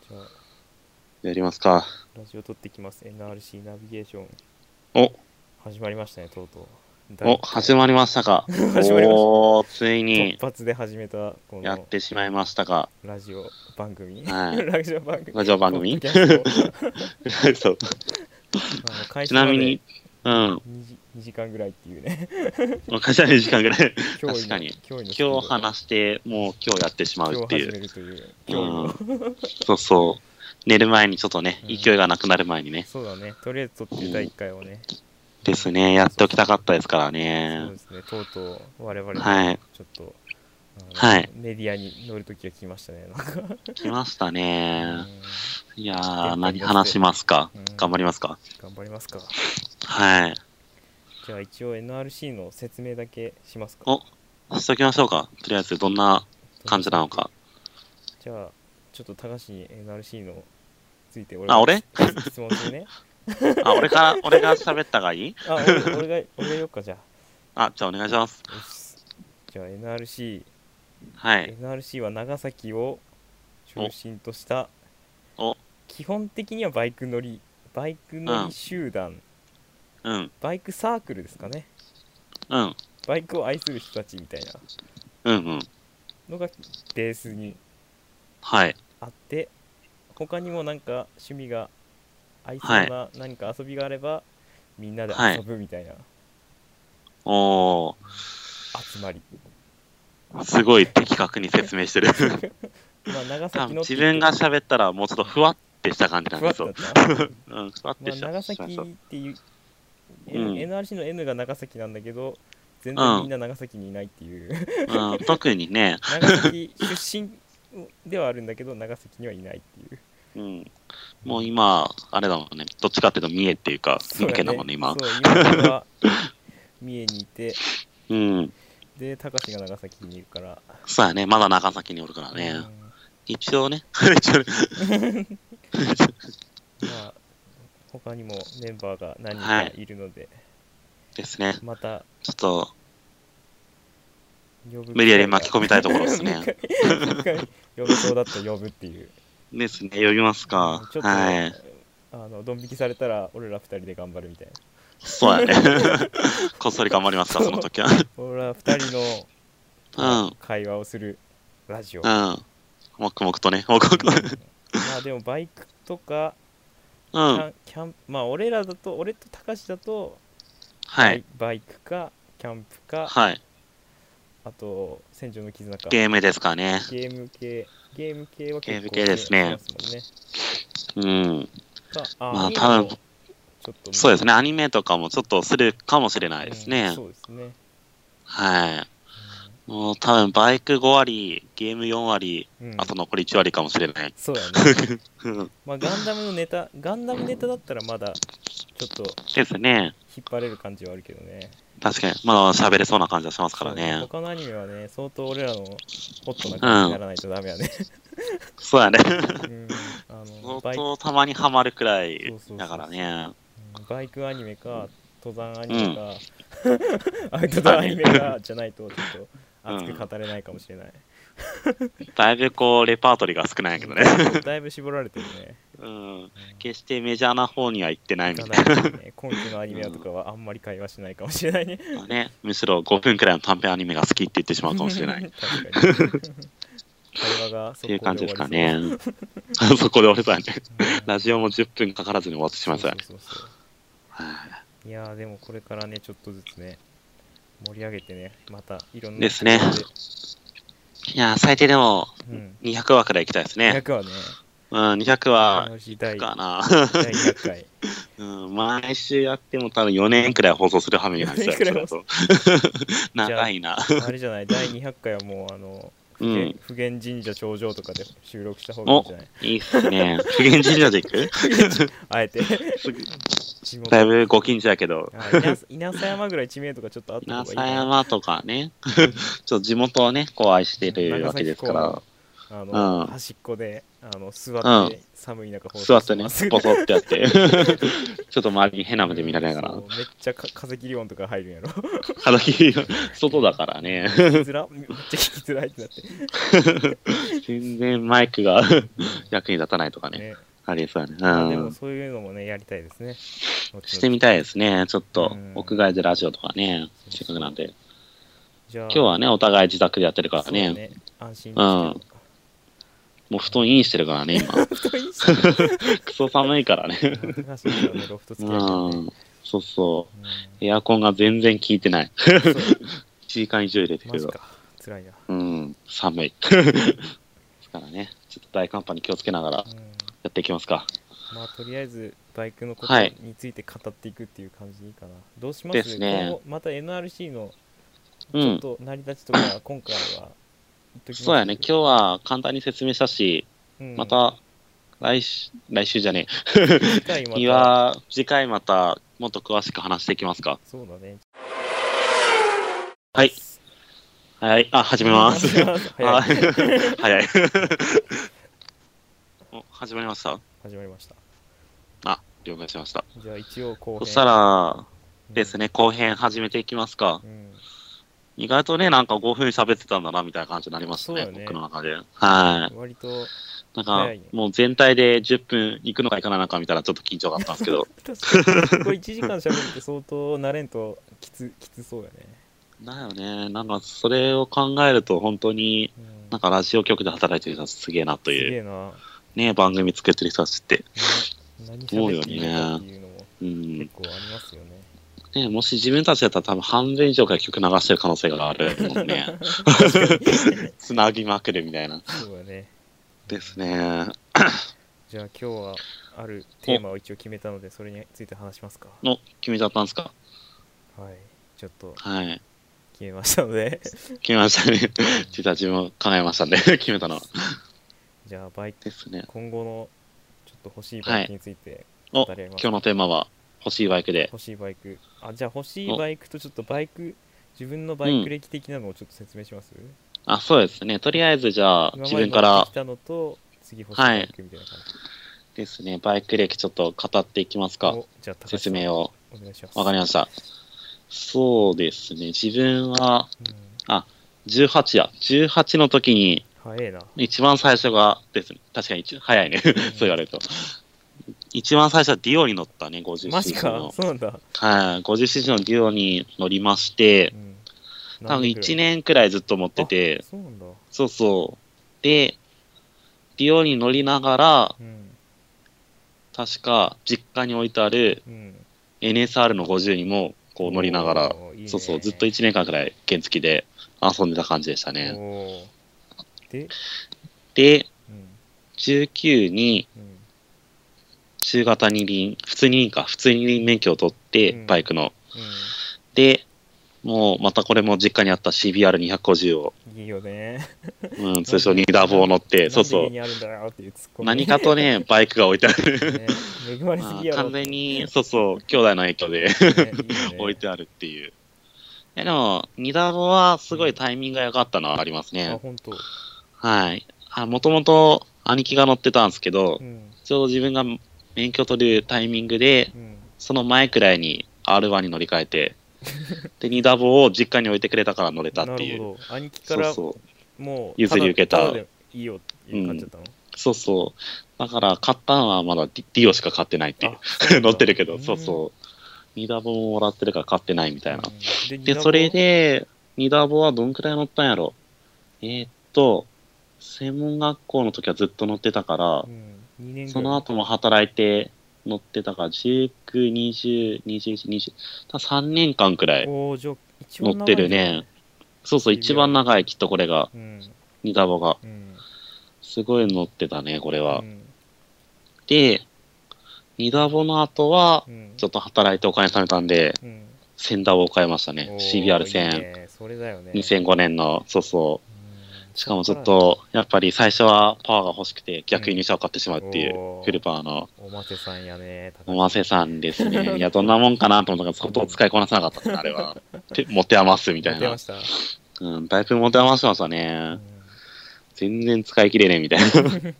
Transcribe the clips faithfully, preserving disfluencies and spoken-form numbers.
じゃあ、 やりますか。 ラジオ撮ってきます。エヌアールシー ナビゲーション。 お、 始まりましたね、とうとう。だいお、 いっかい。 始まりましたか。 始まりましおー、ついた。突に発で始めた、こやっのてしまいましたか。 ラジオ番組。 はラジオ番組。 い。ラジオ番ポッド組キャスト。 そう。 あの開ち始までなみに、うん。 にじにじかんぐらいっていうね。 会社に時間ぐらい。 驚異の確かに。 驚異のスピード今日話して、もう今日やってしまう今日始っていう。 めるというう驚異の、 ん。そうそう。寝る前にちょっとね、 うん勢いがなくなる前にね。 そうだね。とりあえず撮ってだいいっかいをね。 ですね。やっておきたかったですからそうねで。すね。とうとう我々もはいちょっと、あのはいメディアに乗るときが来ましたね。なんか来ましたうね。 んいや電波ー、 に乗せて何話しますか。 うん頑張りますか。 頑張りますか。 はい。 じゃあ一応 エヌアールシー の説明だけしますか。 お、しときましょうか。とりあえず、どんな感じなのか。 じゃあちょっと高橋に エヌアールシー のついて俺あ、 が俺質問するね。 あ、俺が、俺が喋ったがいいあ、俺俺が俺が言おうか。じゃあ、じゃあお願いします。 あよし。じゃあ エヌアールシーはい。 エヌアールシー は長崎を中心としたお、 基本的にはバイク乗りバイク乗り集団、 うん、 バイクサークルですかね。 うん、 バイクを愛する人たちみたいなうん、うん。 のがベースにはい。 あって、他にもなんか趣味が合いそうな何か遊びがあればみんなで遊ぶみたいなおー、 集まり、 すごい的確に説明してる。 まあ長多分崎のって自分が喋ったらもうちょっとふわってした感じなんふわですよ。 っとだった、 うん、ふわってした。 まあ、長崎しましたっていう、 うん N- エヌアールシー の N が長崎なんだけど全然みんな長崎にいないっていううん、特にね、 長崎出身ではあるんだけど長崎にはいないっていう。 うん、もう今、あれだもんね、どっちかっていうと三重っていうか、三重そうだね県だもんね、今。 そう今俺は三重にいて、 うん、 で高志が長崎にいるから、 そうやね、まだ長崎におるからね。 うん一応ね、一応ねまあ他にもメンバーが何人かいるので、 ですね。 またちょっと、 呼ぶ無理やり巻き込みたいところですね。 一回呼べそうだったら呼ぶっていう。 ですね、呼びますか。 ちょっと、 はい。 あのドン引きされたら俺ら二人で頑張るみたいな。 そうやね。こっそり頑張りますか、その時は。 俺ら二人の、 うん会話をするラジオ。 うん。黙々とね、黙々と。 まあでもバイクとかキうん。 ャン、キャンまあ俺らだと俺と高志だとバイはい。 バイクかキャンプか、 はい。 あと戦場の絆かゲームですかね。 ゲーム系ゲーム系は結構ゲーム系ですねしますもんね。 うん。 かあ、 まあアニメ多分もちょっとそうですね、アニメとかもちょっとするかもしれないですうんね。 そうですね。 はい。もう多分バイクご割、ゲームよん割、 うん、 あと残りいち割かもしれない。 そうやね。 うんまあガンダムのネタガンダムネタだったらまだちょっとですね。 引っ張れる感じはあるけどね。 確かに、まだ喋れそうな感じはしますからそうね。 他のアニメはね相当俺らのホットな感じにならないとダメやね。 そうやね。 うん、あの相バイク当たまにハマるくらいそうそうそうだからね。 うんバイクアニメか登山アニメか、アウトドアアニメかじゃないとちょっと熱く語れないかもしれない。 だいぶこう、レパートリーが少ないけどね。 だいぶ絞られてるね。 うん。決してメジャーな方には行ってないみかたいな。 なりね今期のアニメとかはあんまり会話しないかもしれないね。 まあね、むしろごふんくらいの短編アニメが好きって言ってしまうかもしれない。っ確かに。会話がそていう感じですか終わりね。そこで俺さね。 そう。うんラジオもじゅっぷんかからずに終わってしまいそうやね。 そうそうそうはいいやーでもこれからねちょっとずつね盛り上げてねまたいろんなですねところでいやー、最低でもうんにひゃく話くらい行きたいですね。 にひゃくはねうん、にひゃくは楽しい第かな。 第にひゃっかいうん、毎週やっても多分よねんくらい放送する羽目になりそうやよねんくらいそれだと長いな。 あれじゃない第にひゃっかいはもうあのう普賢ん。 普賢神社頂上とかで収録した方がいいんじゃないいいっすね。普賢神社で行くあえて地元だいぶご近所やけど。 あ稲稲佐山ぐらい知名度がちょっとあった稲佐方がいいかな。 山とかね。ちょっと地元をね、こう愛してるわけですから。 あの、 うん。 端っこであの座うん。 って寒い中放座ってね、 送してます。 ポソってやって、ちょっと周りに変な目で見られながら、 そうめっちゃか風切り音とか入るんやろ。 話が外だからうんね。 聞きづらめっちゃ聞きづらいってなって。 全然マイクがうん役に立たないとかね。 ね、 ありそうやね。 まあでもうん。 そういうのもねやりたいですね。後々 してみたいですね。ちょっと、 うん屋外でラジオとかね、 そうせっかくなんで。 じゃあ今日はね、お互い自宅でやってるからね。 そうだね、安心ですけど。 うんもう布団インしてるからね、今。 太いしクソ寒いからね。 高橋さんはねロフト付き合いだよね。 うん。そうそう。 うんエアコンが全然効いてない。 そういちじかん以上入れてるけど。 マジか辛いな。 うん。寒い。ですからね。ちょっと大寒波に気をつけながらうんやっていきますか。 まあとりあえずバイクのことはいについて語っていくっていう感じでいいかな。どうしますですね今後また エヌアールシー のうん。 ちょっと成り立ちとか今回は言っときます。 そうやね。今日は簡単に説明したし、 うんまた来週、来週じゃね次回え。 ま次たは、次回またもっと詳しく話していきますか。 そうだね。 はい。はい。あ、始めます。 早いはい早い。お始まりました始まりました。 あ、了解しました。 じゃあ一応後編そしたら、 うんですね、後編始めていきますか。 うん意外とね、なんかごふん喋ってたんだな、みたいな感じになりましたね、 そうだね僕の中で。はい。 割となんか早いね、 もう全体でじゅっぷん行くのか行かないのかみたいなちょっと緊張があったんですけど。 確かにこれいちじかん喋るって相当慣れんときつきつそうやね。 だよね。なんかそれを考えると本当に、 うんなんかラジオ局で働いてる人たちすげえなとすいう、 げえな。 ね、番組作ってる人たちって。 ね何喋っていいのかっていうのもうん。 結構ありますよね。 ね、もし自分たちだったら多分半分以上から曲流してる可能性があるもんね。 確かにつなぎまくるみたいな。 そうだね。 ですね。 じゃあ今日はあるテーマを一応決めたのでそれについて話しますか。 の、決めちゃったんですかはい。ちょっとはい。 決めましたので決めましたね。実は自分も考えましたんで、決めたのは。 じゃあバイクですね。 今後のちょっと欲しいバイクについてお、 語り合います。 今日のテーマは欲しいバイクで。 欲しいバイク。あ、じゃあ欲しいバイクとちょっとバイク、自分のバイク歴的なのをちょっと説明します、 あ、そうですね。とりあえずじゃあ、 今まで自分から乗ってきたのと、次欲しいバイクみたいな感じ。 ですね、バイク歴ちょっと語っていきますか。 おじゃあ高橋さん説明を。 お願いします。 わかりました。そうですね、自分は、 うん、 じゅうはちや。じゅうはちの時に、 早えな。 一番最初がですね、確かに一早いね。そう言われると。一番最初はディオに乗ったね、ごじゅうマシジかーシーの。 そうなんだ。 はい、ごじゅうシーシーのディオに乗りましてう、ん。 多分いち年ねんくらいずっと持ってくらい。 てあ、そうなんだ。 そうそう。で、ディオに乗りながら、 うん。 確か実家に置いてあるうん。 エヌエスアール のごじゅうにもこう乗りながら、 おーいいねそうそう、ずっといちねんかんくらい原付で遊んでた感じでしたね。 おーで、 で、 うん。 じゅうきゅうにうん。 中型二輪、普通二輪か、普通二輪免許を取って、 うんバイクの。 うで、もうまたこれも実家にあった シービーアールにひゃくごじゅう を、 ん。いいよね。 うん、通称ニーダーボを乗って、そうそうなんで家。にあるんだよっていうツッコミ。 何かとね、バイクが置いてある。 ね、恵まれすまあぎやろ。 完全に、そうそう、兄弟の影響でねいいよね置いてあるっていう。えでも、ニダボはすごいタイミングが良かったのはありますあ、 ね。 ほんと。 はい。あ、もともと兄貴が乗ってたんですけどう、ん。 ちょうど自分が免許取るタイミングで、 うん。 その前くらいに アールワン に乗り換えて、で、ニダボを実家に置いてくれたから乗れたっていう。 なるほど。兄貴からそうそう。 もう譲り受けただだでいいよっていう感じだったの、 そうそう。だから、買ったのはまだディディオしか買ってないっていう。 あ乗ってるけど、 んそうそう。ニダボももらってるから買ってないみたいな。 うんで、それ、で、ニダボはどんくらい乗ったんやろ。えーっと、専門学校の時はずっと乗ってたからう、ん、にねんぐらいその後も働いて乗ってたから、じゅうきゅう、にじゅう、にじゅういち、にじゅう、多分さんねんかんくらいおーじゃあ一番長い乗ってるね。そうそう、一番長い、きっとこれが、 うんニダボが。 うんすごい乗ってたね、これは。 うんで、ニダボの後は、 うんちょっと働いてお金貯めたんで、 うんセンダーを買いましたね。 おーシービーアールせん。 いいねそれだよねにせんごねんの、そうそう。 うんしかもちょっと、やっぱり最初はパワーが欲しくて、逆輸入車を買ってしまうっていおーう、フルパワーの、 おませさんやね高橋おませさんですね。いや、どんなもんかなと思ったけど、相当使いこなせなかったですね、あれは。て持て余すみたいな持ってま。した、 うん、だいぶ持て余してましたうねん。 全然使い切れねえみたいな。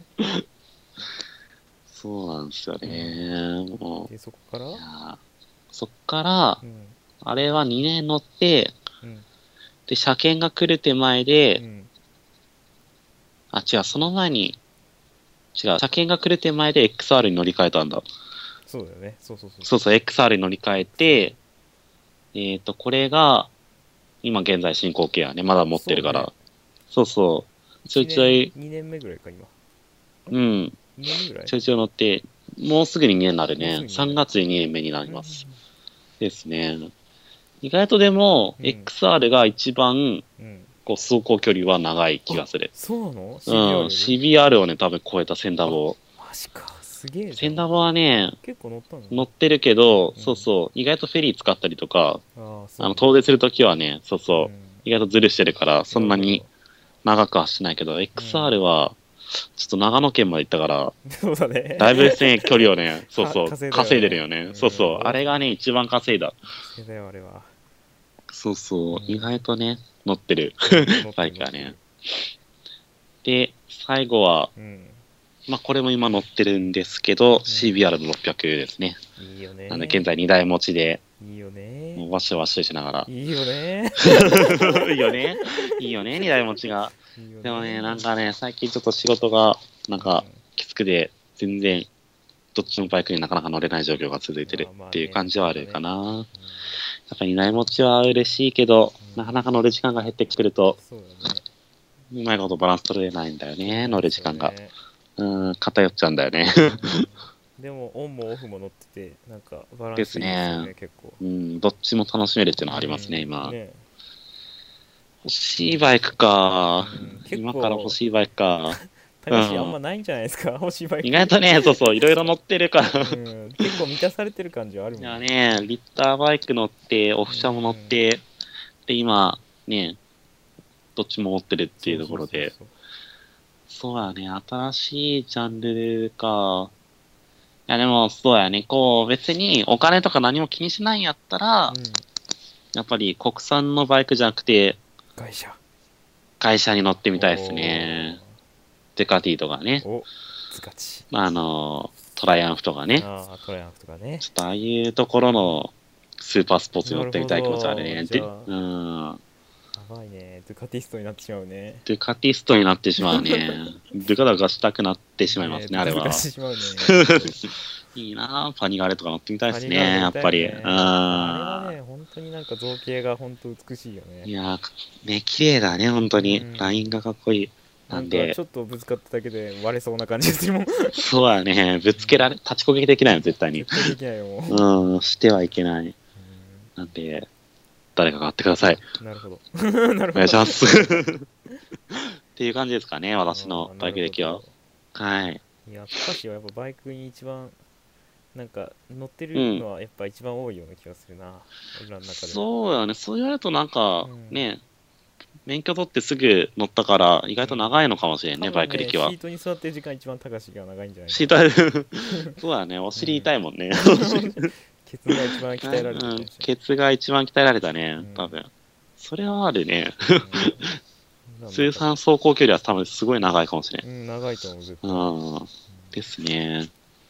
そうなんですよね。もでそこからう、いやそっからう、んあれはにねん乗って、 うんで、車検が来る手前で、 うんあ、違う、その前に、違う、車検が来る手前で エックスアール に乗り換えたんだ。 そうだよね。そうそうそうそうそう、エックスアール に乗り換えて、えっと、これが、今現在進行形やね。まだ持ってるから。 そうねそうそう。ちょいちょい、 にねんめぐらいか今。 うん、 にねんめぐらいちょいちょい乗って、もうすぐににねんになるね。 もうすぐにねさんがつににねんめになりうんます。ですね。意外とでも、 うんエックスアール が一番、 うんこう、走行距離は長い気がする。 そうなのう ?シービーアール よん、 りシービーアール をね、多分超えたセンダボ。 マジか。すげえじゃん。 センダボはね、 結構乗ったの乗ってるけど、 うんそうそう、意外とフェリー使ったりとか、 ああ、そうあの、 なんだ。 遠出するときはね、そうそう、 うん意外とズルしてるから、そんなに長くはしてないけど、エックスアール は、ちょっと長野県まで行ったから、 そうだね。 だいぶね、距離をね、そうそう、 か稼いだよね稼いでるよね。 うんそうそう、あれがね、一番稼いだ。 それだよ、あれは。 そうそう、 うん意外とね、乗ってる。 乗ってるバイクがね。で、最後は、 うん。 まあ、これも今乗ってるんですけど、シービーアール のろっぴゃくですね。 いいよね。 なんで、現在にだい持ちで、 いいよもねう。ワシワシしながら。 いいよね。 いいよね。いいよね、にだい持ちが。 いいよねでもね、なんかね、最近ちょっと仕事が、なんか、きつくて、全然、どっちのバイクになかなか乗れない状況が続いてるっていう感じはあるかな。 うんやっぱりにだい持ちは嬉しいけど、 うんなかなか乗る時間が減ってくると、 そうだね。 うまいことバランス取れないんだよね、乗る時間が。 そうだねうん、偏っちゃうんだよね。 うんでも、オンもオフも乗ってて、なんかバランですスいいですよね、 ね。 結構。 うん、どっちも楽しめるっていうのはありますね、 うん今。 ね欲しいバイクか。 うん結構今から欲しいバイクか。 高橋あんまないんじゃないですか、欲しいバイク。 意外とね、そうそう、いろいろ乗ってるから。 うん、結構満たされてる感じはあるもいやんね。 ね、リッターバイク乗って、オフ車も乗って、で、今、ね、どっちも持ってるっていうところで。 そうそうそうやね、新しいジャンルか。いや、でも、そうやね、こう、別にお金とか何も気にしないんやったら、 そううんやっぱり国産のバイクじゃなくて、 会社。 会社に乗ってみたいですね。デカティとかね。 お、ズカチ。 まあ、あの、トライアンフとかね。 ああ、トライアンフとかね。 ちょっとああいうところのスーパースポーツに乗ってみたい気持ちはあるね。で、 なるほどじゃあうん。 やばいね。ドゥカティストになってしまうね。 ドゥカティストになってしまうね。ドゥカダカしたくなってしまいますね、あれは難。してしまうね。 いいなぁ、パニガレとか乗ってみたいですね、 パニガレやっぱり。 乗りたいよねあれはね、本当になんか造形が本当美しいよね。 いやー、ね、綺麗だね、本当にうん。 ラインがかっこいい。 ななんんでかちょ、っとぶつかっただけで割れそうな感じがするもん。 そうだね、ぶつけられ、立ちこげできないよ、絶対に。 絶対できないよ、もう。 うん、してはいけない。なんで、誰か買ってください。 うんなるほど。なるほど。 お願いします。っていう感じですかね、私のバイク歴は。はい。 いや、高橋はやっぱバイクに一番、なんか乗ってるのはやっぱ一番多いような気がするな。俺らの中で。 そうやね、そう言われるとなんか、 うんね、免許取ってすぐ乗ったから、意外と長いのかもしれんね、 多分バイク歴はシー。トに座ってる時間一番高橋が長いんじゃない知りかな。 たい。そうだね、お尻痛いもんね。 ケツが一番鍛えられてるうんんでしょケツが一番鍛えられたねうん、 多分。それはあるね。 うん通算走行距離は多分すごい長いかもしれん。 うん、長いと思う、絶対。 うん。ですね。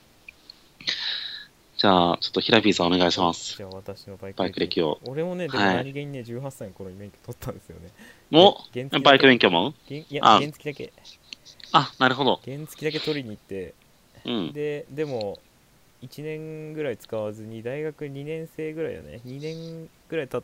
じゃあ、ちょっとヒラピーさんお願いします。 じゃあ私のバイクバイク歴を。 俺もね、でもはい何気にね、じゅうはっさいの頃に免許取ったんですよね。 も原付だけバイク免許も原いや、 あ原付だけ。 あ、なるほど。 原付だけ取りに行って、 うん。 で、でも、いちねんぐらい使わずに、大学にねん生ぐらいだね。にねんぐらい経って、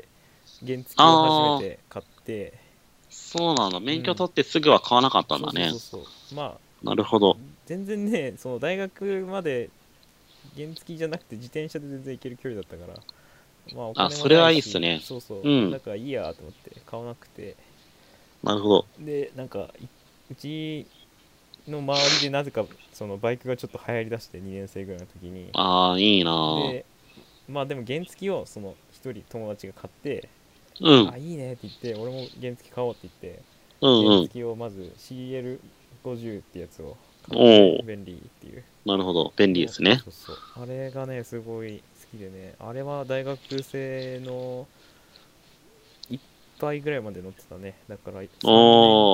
原付を初めて買って、 そうなんだ。免許取ってすぐは買わなかったんだねそう。そうそうそう。まあ、 なるほど。 全然ね、その大学まで原付じゃなくて自転車で全然行ける距離だったから、まあお金もないし、 あそれはいいっすねそうそう、 うんだからいいやと思って買わなくて、 なるほど。 で、なんかいうちの周りでなぜかそのバイクがちょっと流行りだしてにねん生ぐらいの時に、 ああ、いいなぁ。 で、まあでも原付をその一人友達が買って、 うんあ、。いいねって言って、俺も原付買おうって言って、 うんうん。 原付をまず シーエルごじゅう ってやつを買おお、 って便利っていう。 なるほど。便利ですね。 そうそうそうあれがねすごい好きでね、あれは大学生のいっぱいぐらいまで乗ってたね。だからさんねんおか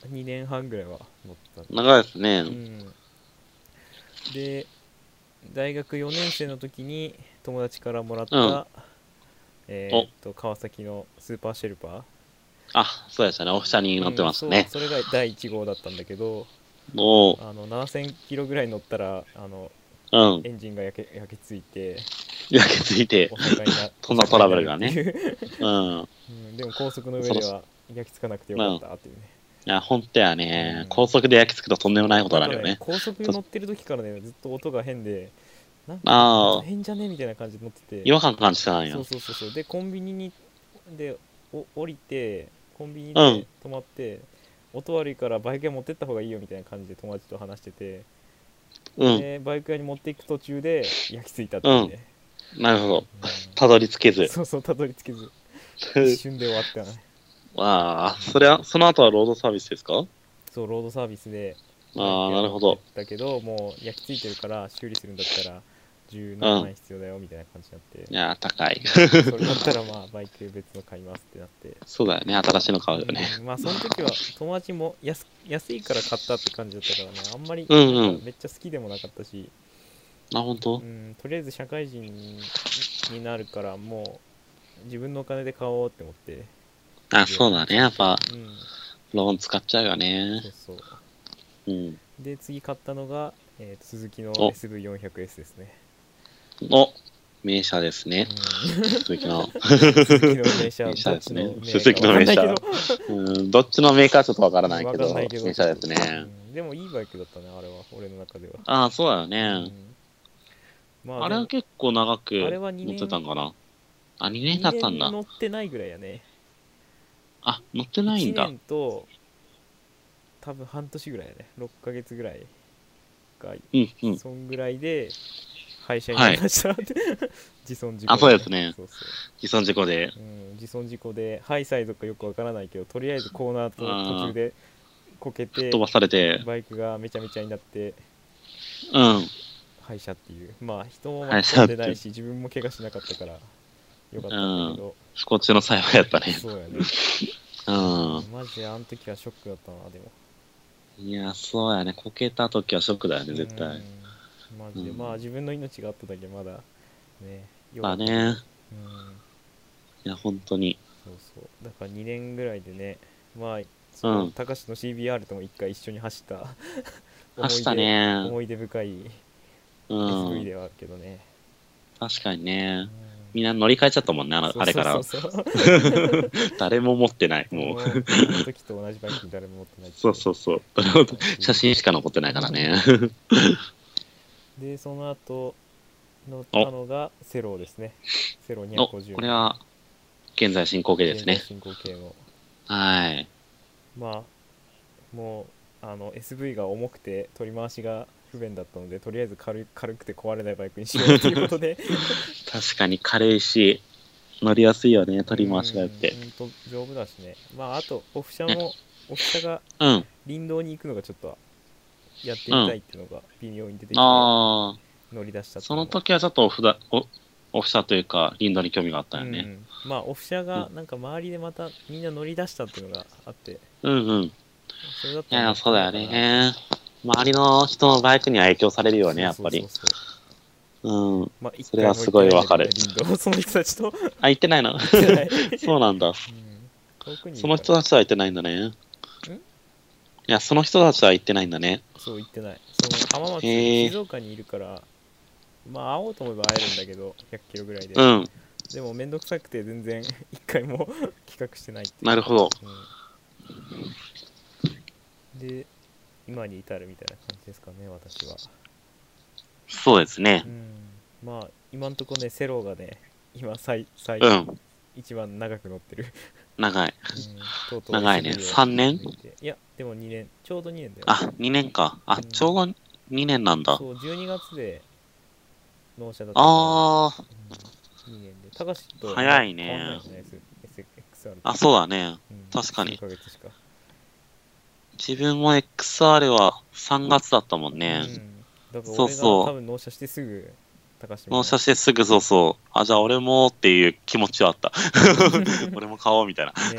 にねんはんぐらいは乗った。 長いですね。 うん、で大学よねん生の時に友達からもらった、 うん。お、 えーっと川崎のスーパーシェルパー、 あ、そうでしたね。オフィシャルに乗ってうん、そう、 ましたね。 それがだいいち号だったんだけど、 おー、 あのななせんキロぐらい乗ったらあのうん。 エンジンが焼け焼けついて焼けついて、 お釈迦になおそんなトラ釈迦になるっブルがね。 ていう、 うん。 うん、でも高速の上恐ろしい。 では焼き付かなくてよかっうん。いたっていうね。 や、ほんとやうね。高ん、 速で焼き付くととんでもないことなんかねになるよね。 高速と乗ってる時からねずっと音が変で、なんかああ、 変じゃねみたいな感じで乗ってて、 違和感感じてたんや。 そうそうそうそう、でコンビニにでお降りてコンビニうん、 で止まって、音悪いからバイク屋持ってった方がいいよみたいな感じで友達と話してて、 うん、 でバイク屋に持っていく途中で焼き付いたっうん。 ていうね。 なるほど。たうどり着けん、 ず。 そうそう、たどり着けず一瞬で終わったね。 わあ、それは、その後はロードサービスですか？ そう、ロードサービスでバイああ、 ク屋持ってっなるほど。 たけど、もう焼き付いてるから修理するんだったら十うん。 何万円必要だよみたいな感じになって、 いやー、高い。 うん、それだったらまあバイク別の買いますってなって、 そうだよね。新しいの買うよね。 うん、まあその時は友達も安安いから買ったって感じだったからね、あんまりなんうんうん。 かめっちゃ好きでもなかったし、 あ、本当？ うん、とりあえず社会人になるからもう自分のお金で買おうって思って、 あ、 でそうだね。やっぱ、 うん、 ローン使っちゃうよね。 そうそう。 うん。 で次買ったのが、えーと、スズキのお、 エスブイよんひゃくエス ですね。 お、名車ですね。 うん、 鈴木の。 スズキの名車、 名どっち車ですね。 の名か鈴木の名車。 わかんないけど、 うん、どっちのメーカーちょっとわからないわけど、 かんないけど、 名車ですちょっと、うね。 ん、でもいいバイクだったね、あれは、俺の中では。 ああ、そうだようね。 ん、まああれはでも、 結構長くあれは2 乗ってた年、 んかな。あ、にねんだ 2 ったんだ。 年乗ってないぐらいやね。 あ、乗ってない 1 んだ。 年と、多分半年ぐらいやね。ろっかげつぐらいが、 うんうん。 そんぐらいで、廃車になはい。 りましたって自損事あ、 故でね。 そうですね。 そうそ自損事故で。 う。うん、自損事故で、ハイサイドかよくわからないけど、とりあえずコーナーと途中あでこけて、 吹っ飛ばされて。 バイクがめちゃめちゃになって、 うん。 廃車っていう。まあ、人もはい、 巻き込さって。 んでないし、自分も怪我しなかったからよかっうたんだけん。 ど、 不幸中の幸いやったね。 そうやね。 うん。 うん、マジであの時はショックだったな、でも。 いや、そうやね。こけた時はショックだよね、 う絶対。 ん、マジで。まあ、 うん。 自分の命があっただけまだね、よまかったけど。 あね。 うん、 いや、本当に。 そうそう。だからにねんぐらいでね、まあ、その、 うん。 たかしの シービーアール とも一回一緒に走った思走ったい出、 ね。 思い出深いうエスブイん。 ではあるけどね。 確かにうん、 ね。みんな乗り換えちゃったもんね、あのそうそうあれから。 そうそう。 誰も持ってない、もう。 誰も、あの時と同じバイクに誰も持ってないってそういうそうそう。誰も悲しい。 写真しか残ってないからね。 で、その後乗っお、 たのがセローですね。セローお、 にひゃくごじゅうのこれは現在進行形ですね。 現在進行形の。 はい。 まあ、もう、あの エスブイ が重くて取り回しが不便だったので、とりあえず軽い軽くて壊れないバイクにしようということで確かに軽いし、乗りやすいよね、 う取り回しがあっーん、 て。 ほんと丈夫だしね。まあ、あと、オフ車ね、 も、オフ車がうん、 林道に行くのがちょっとやってうん。 みたいっていうのが微妙に出てきてああ、 乗り出したってそいうのが。 の時はちょっとオフだ、お、オフ車というか、林道に興味があったよね。 うん、まあオフ車うん、 がなんか周りでまたみんな乗り出したっていうのがあって、 うんうん。いそれだったら乗や、 ってそうだよみようかなって。 ね。周りの人のバイクには影響されるよね、 そうやっぱり。 そうそうそう。 うん。 まあ一それ回も行ってはすごいないんだけどね、 わかる。 林道その人たちとあ、行ってないの？ 行ってないそうなんだ。 うん、遠くにいそのるから。 人たちは行ってないんだね。 ん、 いや、その人たちは行ってないんだね。 そう行ってない。その浜松、 へえ。 静岡にいるから、まあ会おうと思えば会えるんだけど、ひゃっキロぐらいで。 うん。 でもめんどくさくて全然一回も企画してないっていう。 なるほど。 うん、で、今に至るみたいな感じですかね、私は。 そうですね。 うん、まあ今んとこね、セローがね、今最最うん。 一番長く乗ってる、 長い。 うん、とうとう長いね。 エスブイ をさんねん？ 抜いて、いやでもにねん、ちょうどにねんだよ。 あ、にねんか。あ、 うん、 ちょうどにねんなんだ。 そう、じゅうにがつで納車だったから、 あー、 うん、にねんで、たかしとあんま早いね。 変わんないじゃないです、エスエックスアール と。 あ、そうだね。 うん、 確かに。 数ヶ月しか。 自分も エックスアール はさんがつだったもんうね。 ん、だからそう俺が多そ分納車してすぐ、たかしう。納も、 車してすぐそうそう。あ、じゃあ俺もっていう気持ちはあった。俺も買おうみたいな。 ね、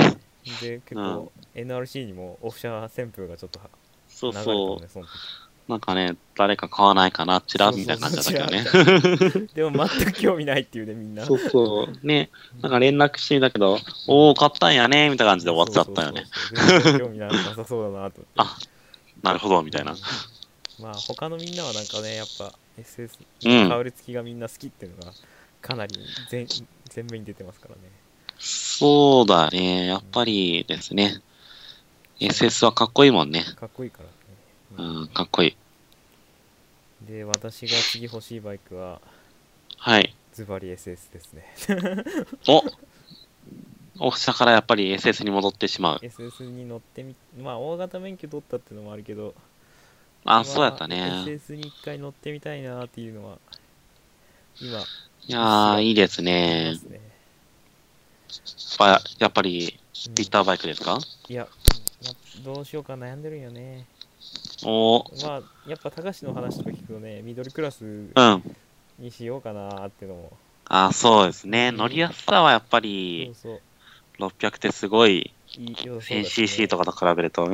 で結構 エヌアールシー にもオフシャ旋風がちょっとそう流れたもんそね、その時。 う。なんかね、誰か買わないかな、チラみたいな感じだったけどね。 でも全く興味ないっていうね、みんな。 そうそう。ね、なんか連絡してみたけど、おー、買ったんやね、みたいな感じで終わっちゃったよね。 そうそうそうそう、全然興味なさそうだなと思って。 あ、なるほど、みたいな。 うんまあ他のみんなはなんかね、やっぱ エスエスうんの香り付きがみんな好きっていうのがかなり前前面に出てますからね。 そうだね、やっぱりですね。エスエス はかっこいいもんね。 かっこいいからね。 うん、かっこいい。 で、私が次欲しいバイクははい。 ズバリ エスエス ですね。 おオフ車からやっぱり エスエス に戻ってしまう。 エスエス に乗ってみ、まあ大型免許取ったっていうのもあるけど、 あ、 まあそうやったね。 エスエス に一回乗ってみたいなっていうのは今いやー、いいですね。 ますね。 やっぱやっぱり、ビッターバイクですか？ いや、やどうしようか悩んでるんよね。 おー、 まあやっぱ高橋の話とか聞くとね、ミドルクラスうん。 にしようかなってのも、 あ、そうですね。 うん乗りやすさはやっぱそうり、 そうろっぴゃくってすごい、 いい良さそうだし、ね、 せんシーシー とかと比べると、うん。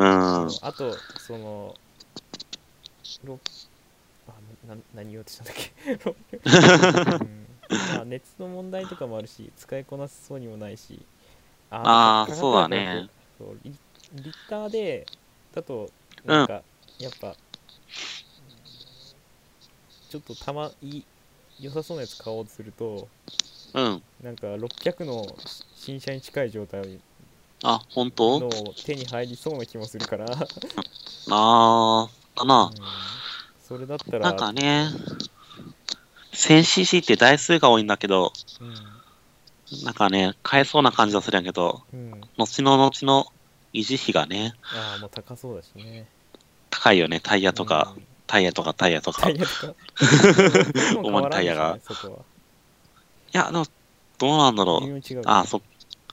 そうあとそのろあなな何言おうとしたんだっけ、ろっぴゃくうんまあ、熱の問題とかもあるし使いこなせそうにもないし、ああー、 と価そう格がこだね。 うそうリ、リッターでだとうん。 なんかやっぱちょっとたまいい良さそうなやつ買おうとするとうん。 なんかろっぴゃくの新車に近い状態あ、本当？ の手に入りそうな気もするからうんあー、かな。 それだったなんらかね、せんシーシー って台数が多いんだけど、 うんなんかね、買えそうな感じはするんやけど、 うん後の後の維持費がね、 ああもう高そうだしね高いよね。タイヤとか、 うんタイヤとかタイヤとか。 タイヤとかろっぴゃくも変主にわらんでしょうタイヤが。 ねそこはいや、でも、どうなんだろう。 微妙に違うあ、そ、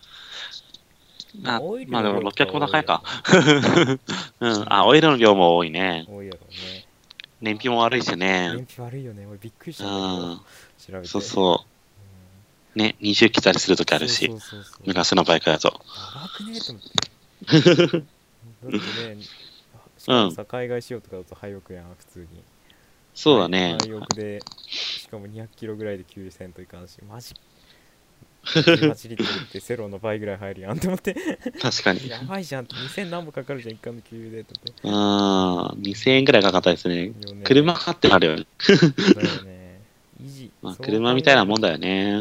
あ、 まあオイルまあでもの量とかろっぴゃくも高いか。 はうん。あ、オイルの量も多いね。 多いやろうね燃費も悪いしね。 燃費悪いよね俺びっくりしうたんだけどん。 調べてそうそう。ね、にじゅう来たりするときあるしそ。うそうそうそう昔のバイクだと。 やばくねえと思ってだってねしかもさ、海外仕様とかだと廃屋やん普通にそうだね。 廃屋でしかもにひゃくキロぐらいで給油せんといかんしマジじゅうはちリットルってセロの倍ぐらい入るやんと思って確かに。 やばいじゃんってにせん何本かかるじゃん一貫の給油でと思ってうん。にせんえんくらいかかったですね。 よね車買ってあるよね。 だよね維持まあ、 そう車みたいなもんだようね。 ん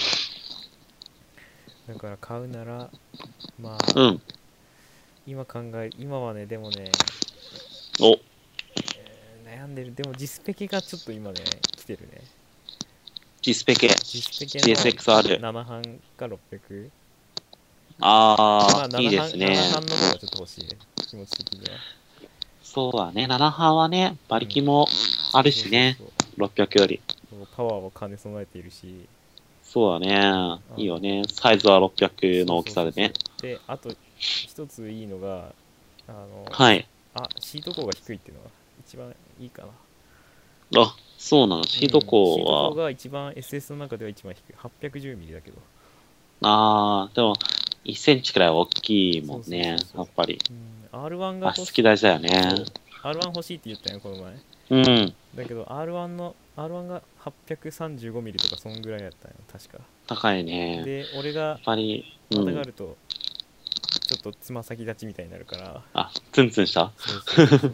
だから買うならまあ、 うん。 今考え今はねでもね、 お、 えー悩んでるでも実スペケがちょっと今ね来てるね G スペケ。 実スペケジーエスエックスアール。 のなな班かろっぴゃくあー、 まあいいですね。 なな班の方がちょっと欲しいね気持ち的にはそうだね。なな班はね、馬力もあるしね。 そうそうろっぴゃくより。 そうそうパワーを兼ね備えているしそうだね。いいよね。サイズはろっぴゃくの大きさでね。 であと一ついいのがあのはい。 あシート高が低いっていうのが一番いいかなあ、そうなの。シートうんシー高ト高は、 が一番 エスエス の中では一番低い はっぴゃくじゅうミリ だけど、 あー、でも、いっセンチくらい大きいもんね。 そうそうそうそうやっぱり。 うん、アールワン が欲し足つき大事だよね。 そう アールワン 欲しいって言ったよこの前うん。 だけど アールワン の アールワン が はっぴゃくさんじゅうごミリ とかそんぐらいやったんよ確か高いね。やっで俺がぱり、うまたがん。 るとちょっとつま先立ちみたいになるからあ、ツンツンしたそうそうそうそう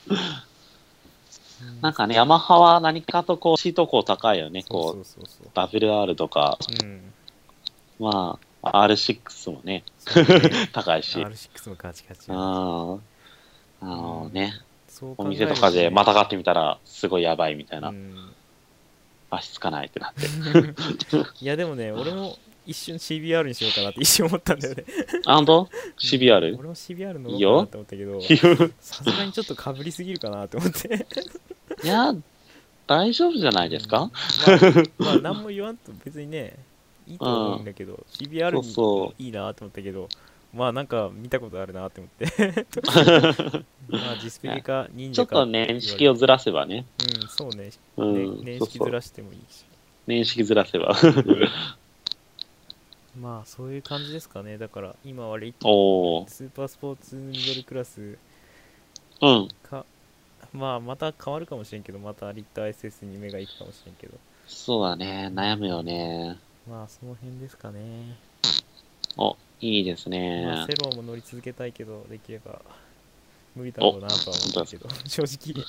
うんなんかね、ヤマハは何かとこう、シート高高いよね。 そこ、 うそうそうそうダブル R とか、 ううんまあ、アールシックス もね、 そうね高いし。 アールシックス もガチガチあーあのね、おそう考える店とかでまたたがってみたら、すごいやばいみたいな。 うん足つかないってなって。 いやでもね俺も一瞬 シービーアール にしようかなって一瞬思ったんだよねあ、ほんと シービーアール? 俺も シービーアール 乗いいよろうかなって思ったけどいさすがにちょっとかぶりすぎるかなって思ってや、大丈夫じゃないですか、 まあ、まあ何も言わんと別にねいいと思うんだけど シービーアールそうそにいいなと思ったけどまあなんか見たことあるなって思ってまあ実スペリか忍ちょ者かっと年式をずらせばね。 うんそうねうん。 ね年そうそう式ずらしてもいいし年式ずらせば。 まあそういう感じですかね。だから今はリおー。 スーパースポーツミドルクラスうん。 か、まあまた変わるかもしれんけど、またリッター エスエス に目がいくかもしれんけど、 そうだね。悩むよね。 まあその辺ですかね。 お、いいですまあね。 セローも乗り続けたいけど、できれば無理だお、 ろうなとは思ってるけど、正直。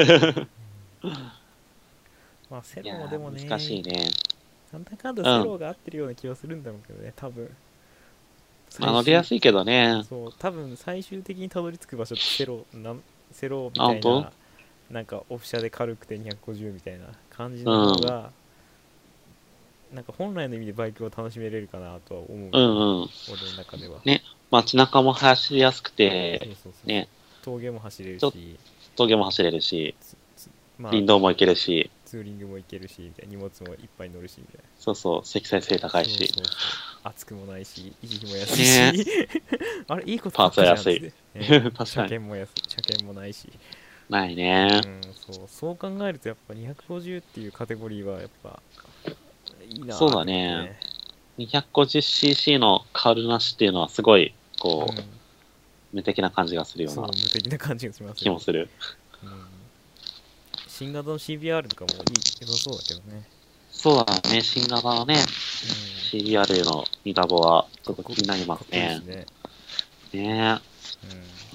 まあセいやローもでもー、難しね、 いね。 なんだかんだうん。 セローが合ってるような気はするんだろうけどね、多分。 まあ、 最終、 乗りやすいけどね。 そう、多分最終的にたどり着く場所ってセロなんセロみあ、本当？ たいな、なんかオフ車で軽くてにひゃくごじゅうみたいな感じうの方ん。 が、なんか本来の意味でバイクを楽しめれるかなとは思うんうだよね、 んうん。 俺の中では。 ね。街中も走りやすくて、 そうそうそうそう。 ね。 峠も走れるちょっとし、 峠も走れるし、 つつまあ林道も行けるし、 ツーリングも行けるしみたいな、荷物もいっぱい乗るしみたいな。 そうそう、積載性高いし。 そうそうそう。暑くもないし、維持費も安いね。 し、あれ、いいことパー買ったじゃんっツは安い。 つって。ね、 確かに。 車検も安い、車検もないし。 ないうね。 ん、そう、そう考えるとやっぱにひゃくごじゅうっていうカテゴリーはやっぱいいなそうーって思ってだね。 ね。 にひゃくごじゅうシーシー のカールなしっていうのはすごい、こう、 うん、 無敵な感じがするようそう、 な無敵な感じがしますよね。 気もする。 うん、新型の シービーアール とかもいい、良さそうだけどね。 そうだね。新型のね、 うん、 シービーアール のミダボはちょっとかっこ、 気になりまかっすね。 こいいしね。 ねえ。なんうん、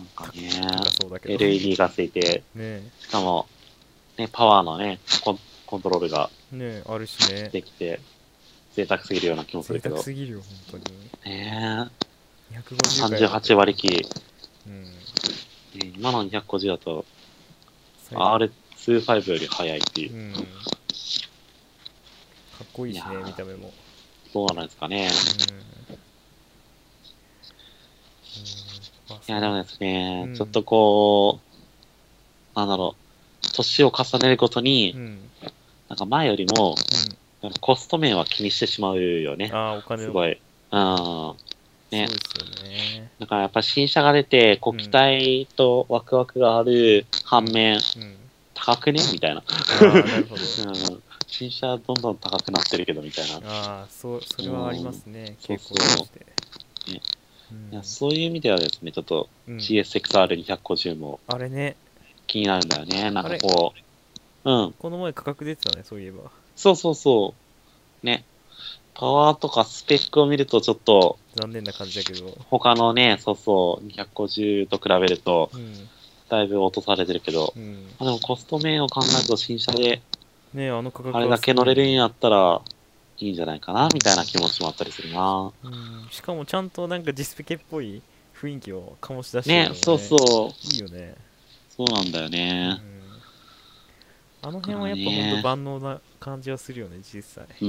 かかね、 高そうだけど。 エルイーディー がついて、 ねしかも、ね、パワーのね、コンコントロールがえ、ねえ、あるしね。 できて、贅沢すぎるような気もす贅るけど。 沢すぎるよ、本当に。 ねえ。 にひゃくごじゅうかよって。 さんじゅうはち割り機。 うん。 ね、今のにひゃくごじゅうだと、 最アールにじゅうご より速いっていう。 うん。かっこいいしね、 いやー、 見た目も。 どうなんですかね。 うん。うん。まあ、 いや、でそん、 もですね、 うん。 ちょっとこう、なんだろう、年を重ねるごとに、 うん。 なんか前よりも、 うん。 なんかコスト面は気にしてしまうよね。 ああ、お金の、 すごい。うん。ね。 そうですよね。 だからやっぱ新車が出て、こう、 うん。 期待とワクワクがある反面、 うん。 高くねみたいな。 ああ、なるほど。 うん。新車どんどん高くなってるけど、みたいな。 ああ、そう、それはありますね、 そう傾向そうとして。 ねうん。 いや、そういう意味ではですね、ちょっとうん。 シーエスエックスアールにひゃくごじゅう もあれね、 気になるんだよね。なんあれ、 かこう、うん。 この前価格出てたね、そういえば。 そうそうそう。ね。パワーとかスペックを見るとちょっと、 残念な感じだけど。 他のね、そうそう、にひゃくごじゅうと比べると、 うん。 だいぶ落とされてるけど、 うん。 まあでもコスト面を考えると新車でねえ、あの価格あれだけはすごいね。 乗れるんやったらいいんじゃないかな、みたいな気持ちもあったりするな。 うん。しかもちゃんとなんかディスペケっぽい雰囲気を醸し出してるね、 のもそうね、 そう。 いいよね。 そうなんだようね。 ん。あのだから辺はやっぱほんとね。 万能な感じはするよね、実際。 うん。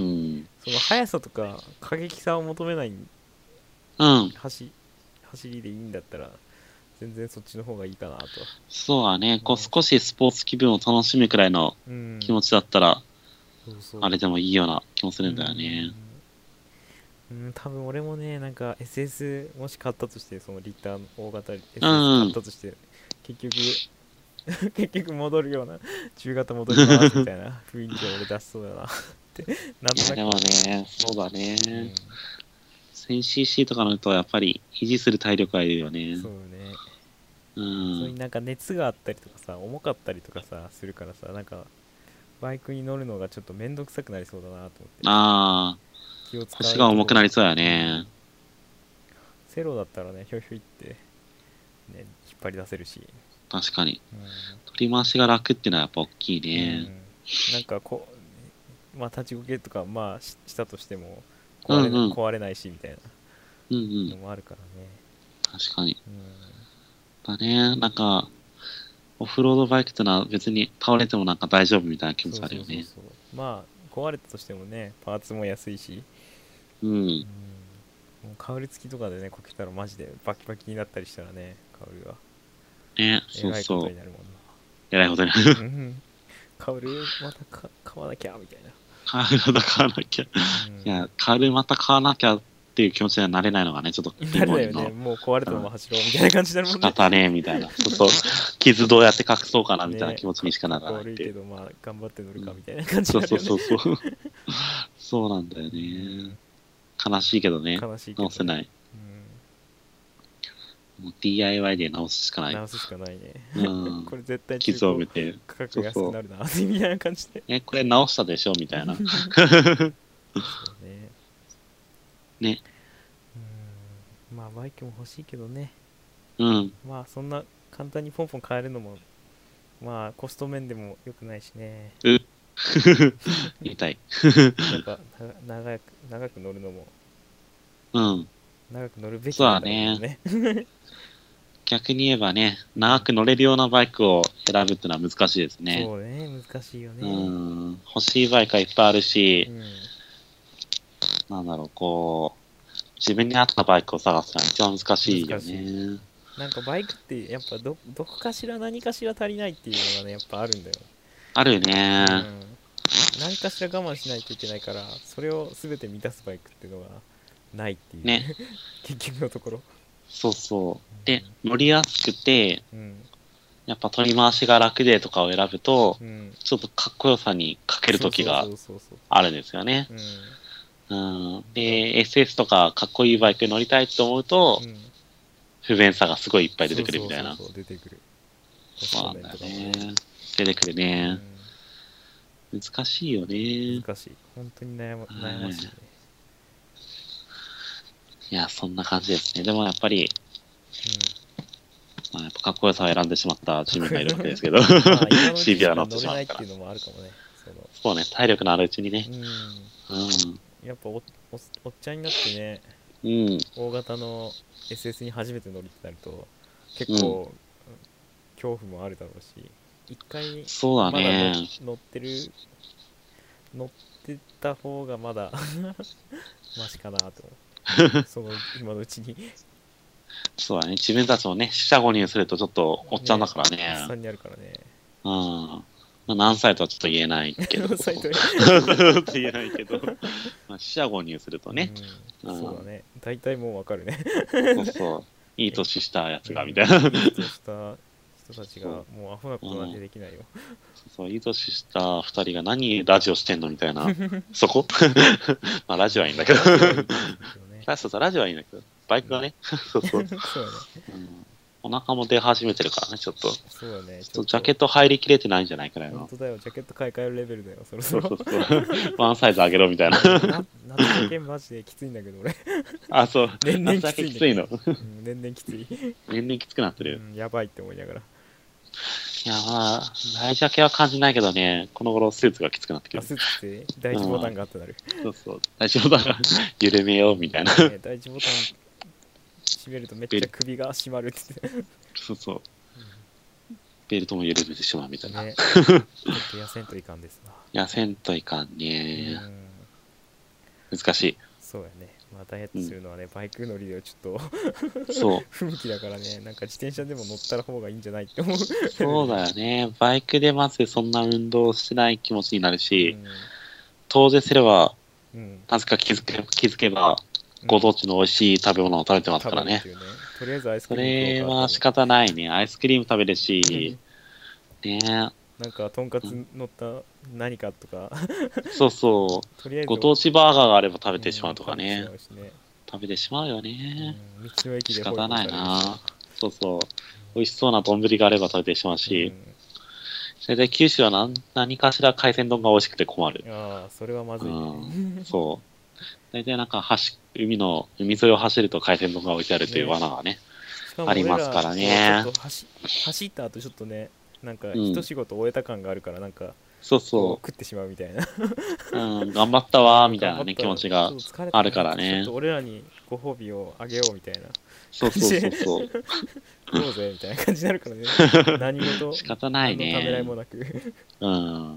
その速さとか過激さを求めないうん。 走走りでいいんだったら、全然そっちの方がいいかなと。 そうだね。こうね、 少しスポーツ気分を楽しむくらいのうん。 気持ちだったら、 そうそう。 あれでもいいような気もすうるんだよね。 ん。うん、多分俺もね、なんか エスエス もし買ったとして、そのリッターの大型うエスエス 買っん。 たとして、結局、結局戻るような、中型戻りますみたいな雰囲気を俺出しそうだなってなんいや、 となく。 でもね、そうだね。 うん、 せんシーシー とかのとやっぱり維持する体力はいるよね。 そうね。 う。 そういうんなんか熱があったりとかさ、重かったりとかさ、するからさ、なんかバイクに乗るのがちょっとめんどくさくなりそうだなと思って。 ああ、 気を使腰がうところ。 重くなりそうやうん、 ね。 セロだったらね、ひょいひょいってね、引っ張り出せるし。 確かに。 うん、 取り回しが楽ってのはやっぱ大きいね。 うん、なんかこう、まあ立ちこけとかまあししたとしても壊れな、 うんうん。 壊れないしみたいうんうなのん。 もあるからね。 確かに。 うだね。なんか、オフロードバイクってのは別に倒れてもなんか大丈夫みたいな気ん、そう持ちあるよね。 そうそうそう。まあ壊れたとしてもね、パーツも安いし、 うん。 うん、もうカウル付きとかでね、こけたらマジでバキバキになったりしたらね、カウルがね、 えらいこそうそう。 とになるもんえらいことになな。 る。 うん、カウルまたか買わなきゃみたいな。 カールまた買わなきゃ。いや、カールまた買わなきゃっていう気持ちにはなれないのがね、ちょっとうん、 リモリ誰だよね、 のもう壊れたまま走ろうみたいな感じになるもんね。 仕方ねえみたいな。ちょっと傷どうやって隠そうかなみたいなね、 気持ちにしかなかっこらないっていう。 悪いけど、まあ頑張って乗るかみたいな感じそうになるよね。 そうそうそう。そうなんだようね。 ん、 悲しいけどね。 悲しいけど、 直せない。 うん、 もう ディーアイワイ で直すしかない。 直すしかないね。 うん。 これ絶対中傷を埋め古て。 価格安くなるなみたいな感じで。 え、これ直したでしょみたいな。 そうね。 ね。 うん。まあバイクも欲しいけどね。 うん。 まあそんな簡単にポンポン買えるのもまあコスト面でも良くないしね。 う言いたい。 やっぱな長く長く乗るのもうん。 長く乗るべきなんだろうね。 逆に言えばね、長く乗れるようなバイクを選ぶってのは難しいですね。 そうね、難しいよね。 うん。欲しいバイクはいっぱいあるし、 うん、 なんだろう、こう、自分に合ったバイクを探すのは一番難しいよね。 なんかバイクってやっぱ ど, どこかしら何かしら足りないっていうのがねやっぱあるんだよ。 あるね。 うん、何かしら我慢しないといけないからそれを全て満たすバイクっていうのがないっていうね。 結局のところ。 そうそう。で、乗りやすくて、 うん、 やっぱ取り回しが楽でとかを選ぶと、 うん、 ちょっとかっこよさに欠ける時がそうそうそうそうあるんですよね。 うんうん。で、エスエス とかかっこいいバイク乗りたいと思うと、 うん、 不便さがすごいいっぱい出てくるみたいな。 そうそうそう出てくる。 そうなんだよコスト面ねとかも。 出てくるね。 う難しいよね。 ん、難しい。本当に悩ま悩ましいね。 いや、そんな感じですね。でもやっぱり、まあ、やっぱかっこよさを選んでしまった自分がいるわけですけど、 うん、まあ今のうちシビアに乗乗ってしまったかられないっていう。のもあるかもね。そのそうね、体力のあるうちにね。 ううん。 ん、やっぱおおおっちゃんになってねうん。 大型の エスエス に初めて乗るってなると結構、うん、恐怖もあるだろうし一回そうだまだね。 乗乗ってる乗ってた方がまだマシかなと思う。その今のうちにそうだね。自分たちもね、四捨五入するとちょっとおっちゃんだからね。 おっさんになるからね。 うん。まあ、何歳とはちょっと言えないけど。 何歳と言えないけど。まあ、四捨五入するとね。 うん、そうだね。大体もうわかるね。 そうそう。いい年したやつが、みたいな。 いい年した人たちがもうアホなことなんてできないよ。 そう、いい年した二人が何ラジオしてんのみたいな。そこまあ、ラジオはいいんだけど。そうそうそう、ラジオはいいんだけど。バイクがね。そうそう。 そうだね。 うん、お腹も出始めてるからね、ちょっと。 そうだね。 ちょっとジャケット入りきれてないんじゃないかな。 本当だよ、ジャケット買い替えるレベルだよ、そろそろ。 そうそうそう。ワンサイズ上げろみたいな。 な夏だけマジできついんだけど、俺。 あ、そう。 年々 夏だけきついんだけど。 きついの。 うん年々きつい。 年々きつくなってる。 うん、やばいって思いながら。 いや、まあ、ライジャケは感じないけどね、この頃スーツがきつくなってくあ、 る。 スーツって第一ボタンがあってなる。 そうそう。大丈夫だから、緩めようみたいな。 ね、第一ボタン閉めるとめっちゃ首が締まるって言って。 そうそう。ベルトも緩めてしまうみたいな。 ね、ちょっと痩せんといかんですな。 痩せんといかんね。 うん、 難しい。 そうやね。まあダイエットするのはね、うん、バイク乗りではちょっとそう不向きだからね、なんか自転車でも乗った方がいいんじゃないって思う。 そうだよね。バイクでまずそんな運動してない気持ちになるし、 うん、 遠出すれば、 うん、 なぜか気づけ気づけば、ご当地の美味しい食べ物を食べてますからね。 ねとりあえずアイスクそリームれは仕方ないね。アイスクリーム食べるし、ねなんかとんかつ乗った何かとかそうそう。 とりあえずご当地バーガーがあれば食べてしまうとかね。 うん、食べてしまうしね。 食べてしまうよね。 うん、道の駅で仕方ないホイホイな。そうそう。美味しそうな丼があれば食べてしまうし、 うん、 それで九州は何何かしら海鮮丼が美味しくて困る。 ああ、それはまずい、ね。 うん、そう。大体なんか橋、海の、海沿いを走ると海鮮丼が置いてあるという罠がね、 ねありますからね。 ちょっと走走った後ちょっとね、なんか一仕事終えた感があるから、なんか、 そうそう。 食ってしまうみたいな。 うん、頑張ったわーみたいなね、気持ちがあるからね。 ちょっと俺らにご褒美をあげようみたいな。 そうそうそうそう。 どうぜみたいな感じになるからね。何事仕方ないね。 何のためらいもなく。 うん。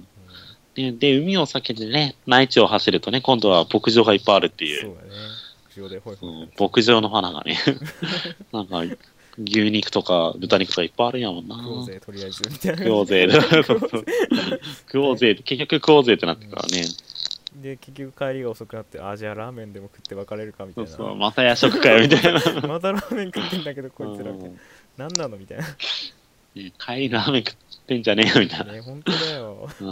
で、で海を避けてね、内地を走るとね、今度は牧場がいっぱいあるっていう。 そうだね。牧場でホイホイ、 うん、牧場の花がね、なんか、牛肉とか豚肉とかいっぱいあるんやもんな。 食おうぜ、とりあえず。みたいな。 食おうぜ。食おうぜ。結局食おうぜってなってからね。 で、結局帰りが遅くなって、あ、じゃあラーメンでも食って別れるかみたいな。 そうそう、また夜食かよみたいな。 またラーメン食ってんだけど、こいつらみたいな。何なのみたいな。 ね、帰りラーメン食ってんじゃねえよみたいな。 ね、本当だよ。 うん。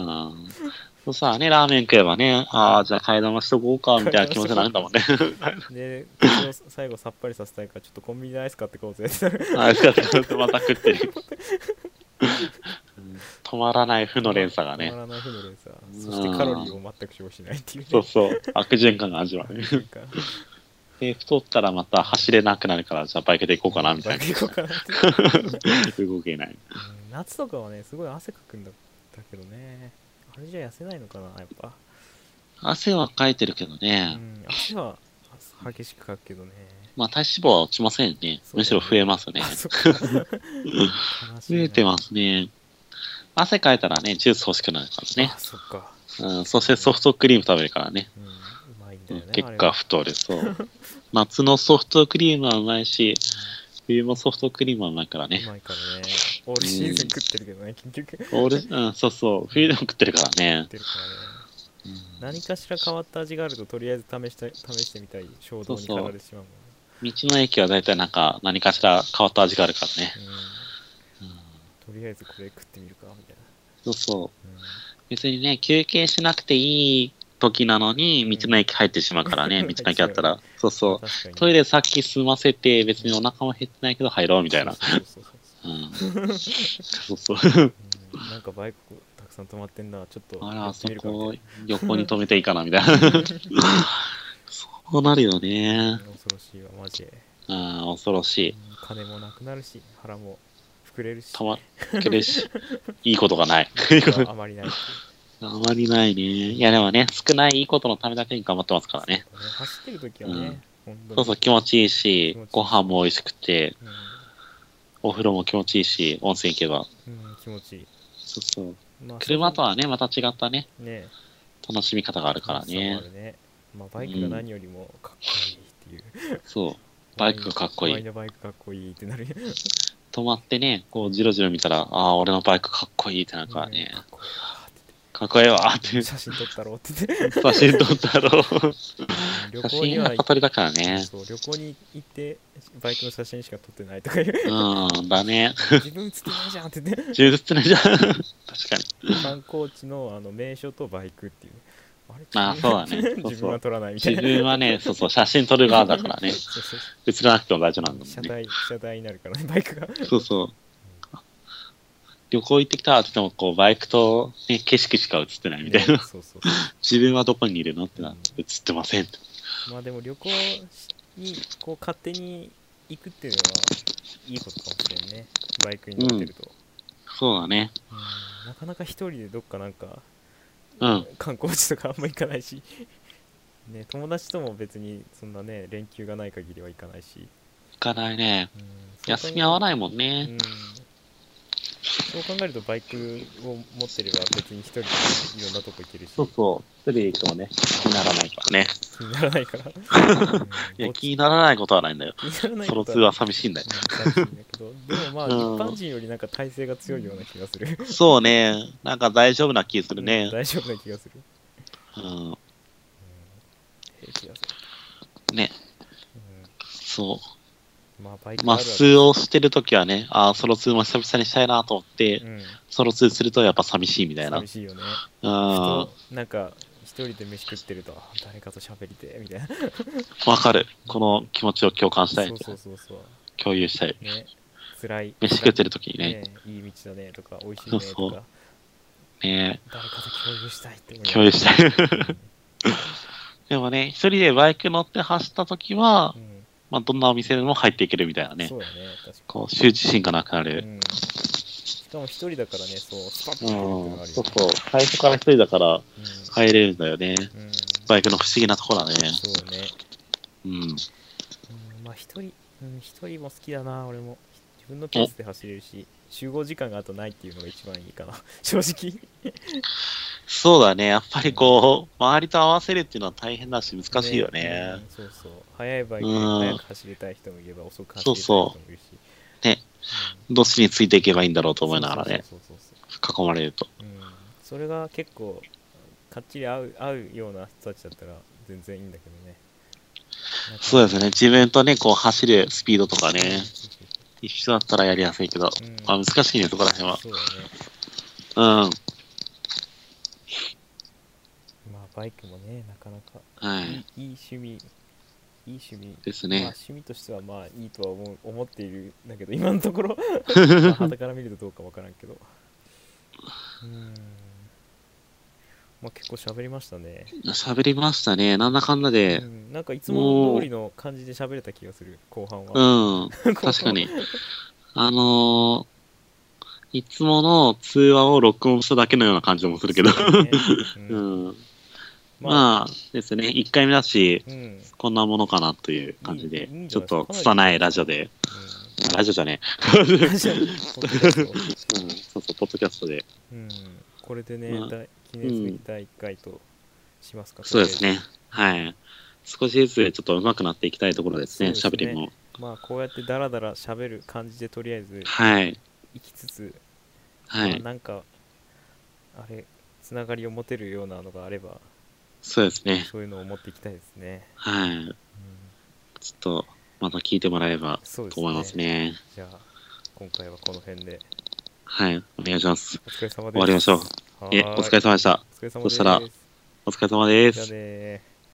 そうさ、ね、ラーメン食えばね、ああ、じゃあ替え玉しとこうか、みたいな気持ちになるんだもんね。 で、口を最後さっぱりさせたいから、ちょっとコンビニでアイス買ってこうぜって言ったら。 ああ、使ってこうやってまた食ってる。止まらない負の連鎖がね。 止まらない負の連鎖。そしてカロリーを全く消費しないっていうね。 そうそう。悪循環が味わう。 なんかで、太ったらまた走れなくなるから、じゃあバイクで行こうかな、みたいな。 バイク行こうかなって動けない。 うん夏とかはね、すごい汗かくんだだけどね。あれじゃ痩せないのかな、やっぱ。 汗はかいてるけどうね。 ん、汗は激しくかくけどね。 まあ体脂肪は落ちませんね。むしろ増えますね。 あ、そっか。悲しい増えてますね。汗かいたらね、ジュース欲しくなるからねあ、。そっか。 うん、そしてソフトクリーム食べるからね。 うん、うまいんだよね。 結果太る。そう。夏のソフトクリームはうまいし、冬もソフトクリームはうまいからね。 うまいからね。オールシーズン食ってるけどね、結局。 俺、うん、そうそう。冬でも食ってるからね食っ。てるからね。何かしら変わった味があると、とりあえず試した試してみたい衝動に駆られてしまうもん。 道の駅は大体なんか何かしら変わった味があるからね。 うん、とりあえずこれ食ってみるかみたいな。 そうそう。 うん、 別にね、休憩しなくていい時なのに、道の駅入ってしまうからね、 うん道の駅あったら。そうそう。 確かにトイレさっき済ませて、別にお腹も減ってないけど入ろうみたいな。 そうそうそうそううん。そうそう。 うん、なんかバイクたくさん止まってんな、ちょっとあら、 やってそこみるかみたい、 横に止めていいかなみたいな。そうなるよな。 ね。 恐ろしいわ、マジで。 うん、恐ろしい。 うん金もなくなるし、腹も膨れるし、 たま、けるし、いいことがない。 いいことはあまりないっていう。 あまりないね。いや、でもね、少ないいいことのためだけに頑張ってますからね。 そうだね、走ってる時はね、本当にそうそう、気持ちいいし気持ちいい、 ご飯も美味しくて、 うんお風呂も気持ちいいし、温泉行けば。 うん、気持ちいい。 そうそう。 まあ車とはね、また違ったね、 ね、 楽しみ方があるから楽しさねもあ。るね。まあ、バイクが何よりもかっこいいっていう。 そう。バイクがかっこいい。 お前のバイクかっこいいってなる。 止まってね、こう、じろじろ見たら、ああ、俺のバイクかっこいいってなるからね。 かっこいいわってかっこいいわーっ言ってて。 写真撮ったろうって言って。 写真撮ったろう。 旅写行には真は撮りだからね。 そう、旅行に行ってバイクの写真しか撮ってないとかいううん、だね。 自分写ってないじゃんって言って充実ねじゃん。確かに。 観光地のあの名所とバイクっていうあれあーそうだねそうそう自分は撮らないみたい自な分はね、そうそう、写真撮る側だからね。 そうそう映らなくても大丈夫なんだもんね。 車体車体になるからねバイクがそうそう。旅行行ってきたって言っても、こう、バイクと、ね、景色しか映ってないみたいな。 ねそうそうそう自分はどこにいるのってな、 うん映ってませんって。 まあでも旅行にこう勝手に行くっていうのはいいことかもしれんねバイクに乗ってると、 そうだね。 うんなかなか一人でどっかなんかうん。 観光地とかあんま行かないしね、友達とも別にそんなね連休がない限りは行かないし、 行かないね。 うん、 休み合わい、 ないもんうね。 ん、そう考えるとバイクを持ってれば別に一人でいろんなとこ行けるしそうそう。一人で行くとね、気にならないからね。 気にならないから、うん、 いや、 ぼ気にならないことはないんだよ。 気にならないそのことは通は寂しいんだよ。 うん、寂しいんだけどでもまあ一うん般人よりなんか体勢が強いような気がするそうね。なんか大丈夫な気するうんね。 大丈夫な気がする、 うん。 うん、平気がする、 ね。 うんそう。 まあバイクマあるあるスをしてるときはね、ああ、ソロツーも久々にしたいなと思って、 うん、 ソロツーするとやっぱ寂しいみたいな。 寂しいよねうん。 ふとなんか一人で飯食ってるとあ誰かと喋りてみたいなわかる。この気持ちを共感したいそう。そうそうそう共有したい。 ね辛い飯食ってるときにね。 ねいい道だねとか美味しいねとかそうそうね誰かと共有したいって思い共有したい。 うんでもね、一人でバイク乗って走ったときはう、んまあ、どんなお店でも入っていけるみたいなねそ。うだね確かこう、羞恥心がなくなに、うる。 ん、しかも一人だからねそうスパッとうん。 入れるってのがあるよねそうそう。最初から一人だからうん入れるんだよね。 うんバイクの不思議なところだね。 そうね、 うん。 うん、まあ一人うん一人も好きだな俺も自分のペースで走れるし集合時間があとないっていうのが一番いいかな正直そうだね。やっぱりこう、周りと合わせるっていうのは大変だし、難しいようね。 んそうそう速いバイクでうん速く走りたい人もいれば遅く走りたい人もいるしね。どっちについていけばいいんだろうと思いながらね、 そうそうそうそう囲まれると。 そう、うん、それが結構かっちり合う合うような人たちだったら全然いいんだけどねそうですね。自分とね、こう走るスピードとかね、 そうそう一緒だったらやりやすいけど、 うんあ、難しいね、そこら辺は。 そうだね。 うん。 まあバイクもね、なかなかはいい。いいい趣味、いい趣味。 ですまあね。 趣味としてはまあいいとは思う思っているんだけど、今のところまあ傍から見るとどうかわからんけど。うーん。まあ結構喋りましたね。 喋りましたね。なんだかんだうで。 ん。なんかいつも通りの感じで喋れた気がする、後半は。 うん。 後半確かに。あのー、いつもの通話を録音しただけのような感じもするけど。 そうだねう。 うんん。 まあ、 まあですね、いっかいめだし、 うん。 こんなものかなという感じいいいでいん、じちょっとゃないですか。かなり拙いラジオで、 うラジオじゃねん。ラジオ、ポッドキャストえ、うん、そうそう、ポッドキャストで、 うん。これでね、 まあだい記念すべきだいいっかいとしますか。 そうですね、はい。少しずつちょっと上手くなっていきたいところですね、 そうですね喋りも。 まあこうやってダラダラ喋る感じでとりあえずはい、 生きつつ、まあはい、 なんかあれつながりを持てるようなのがあればそうですね、 そういうのを持っていきたいですね、 はい。 うん、 ちょっと、また聞いてもらえればそうですと思いますね。 じゃあ今回はこの辺ではい、お願いします。 お疲れ様です。 終わりましょう。 はえ、おーい疲れ様でした。 お疲れ様そしたらです。 お疲れ様でじゃあす。 ねー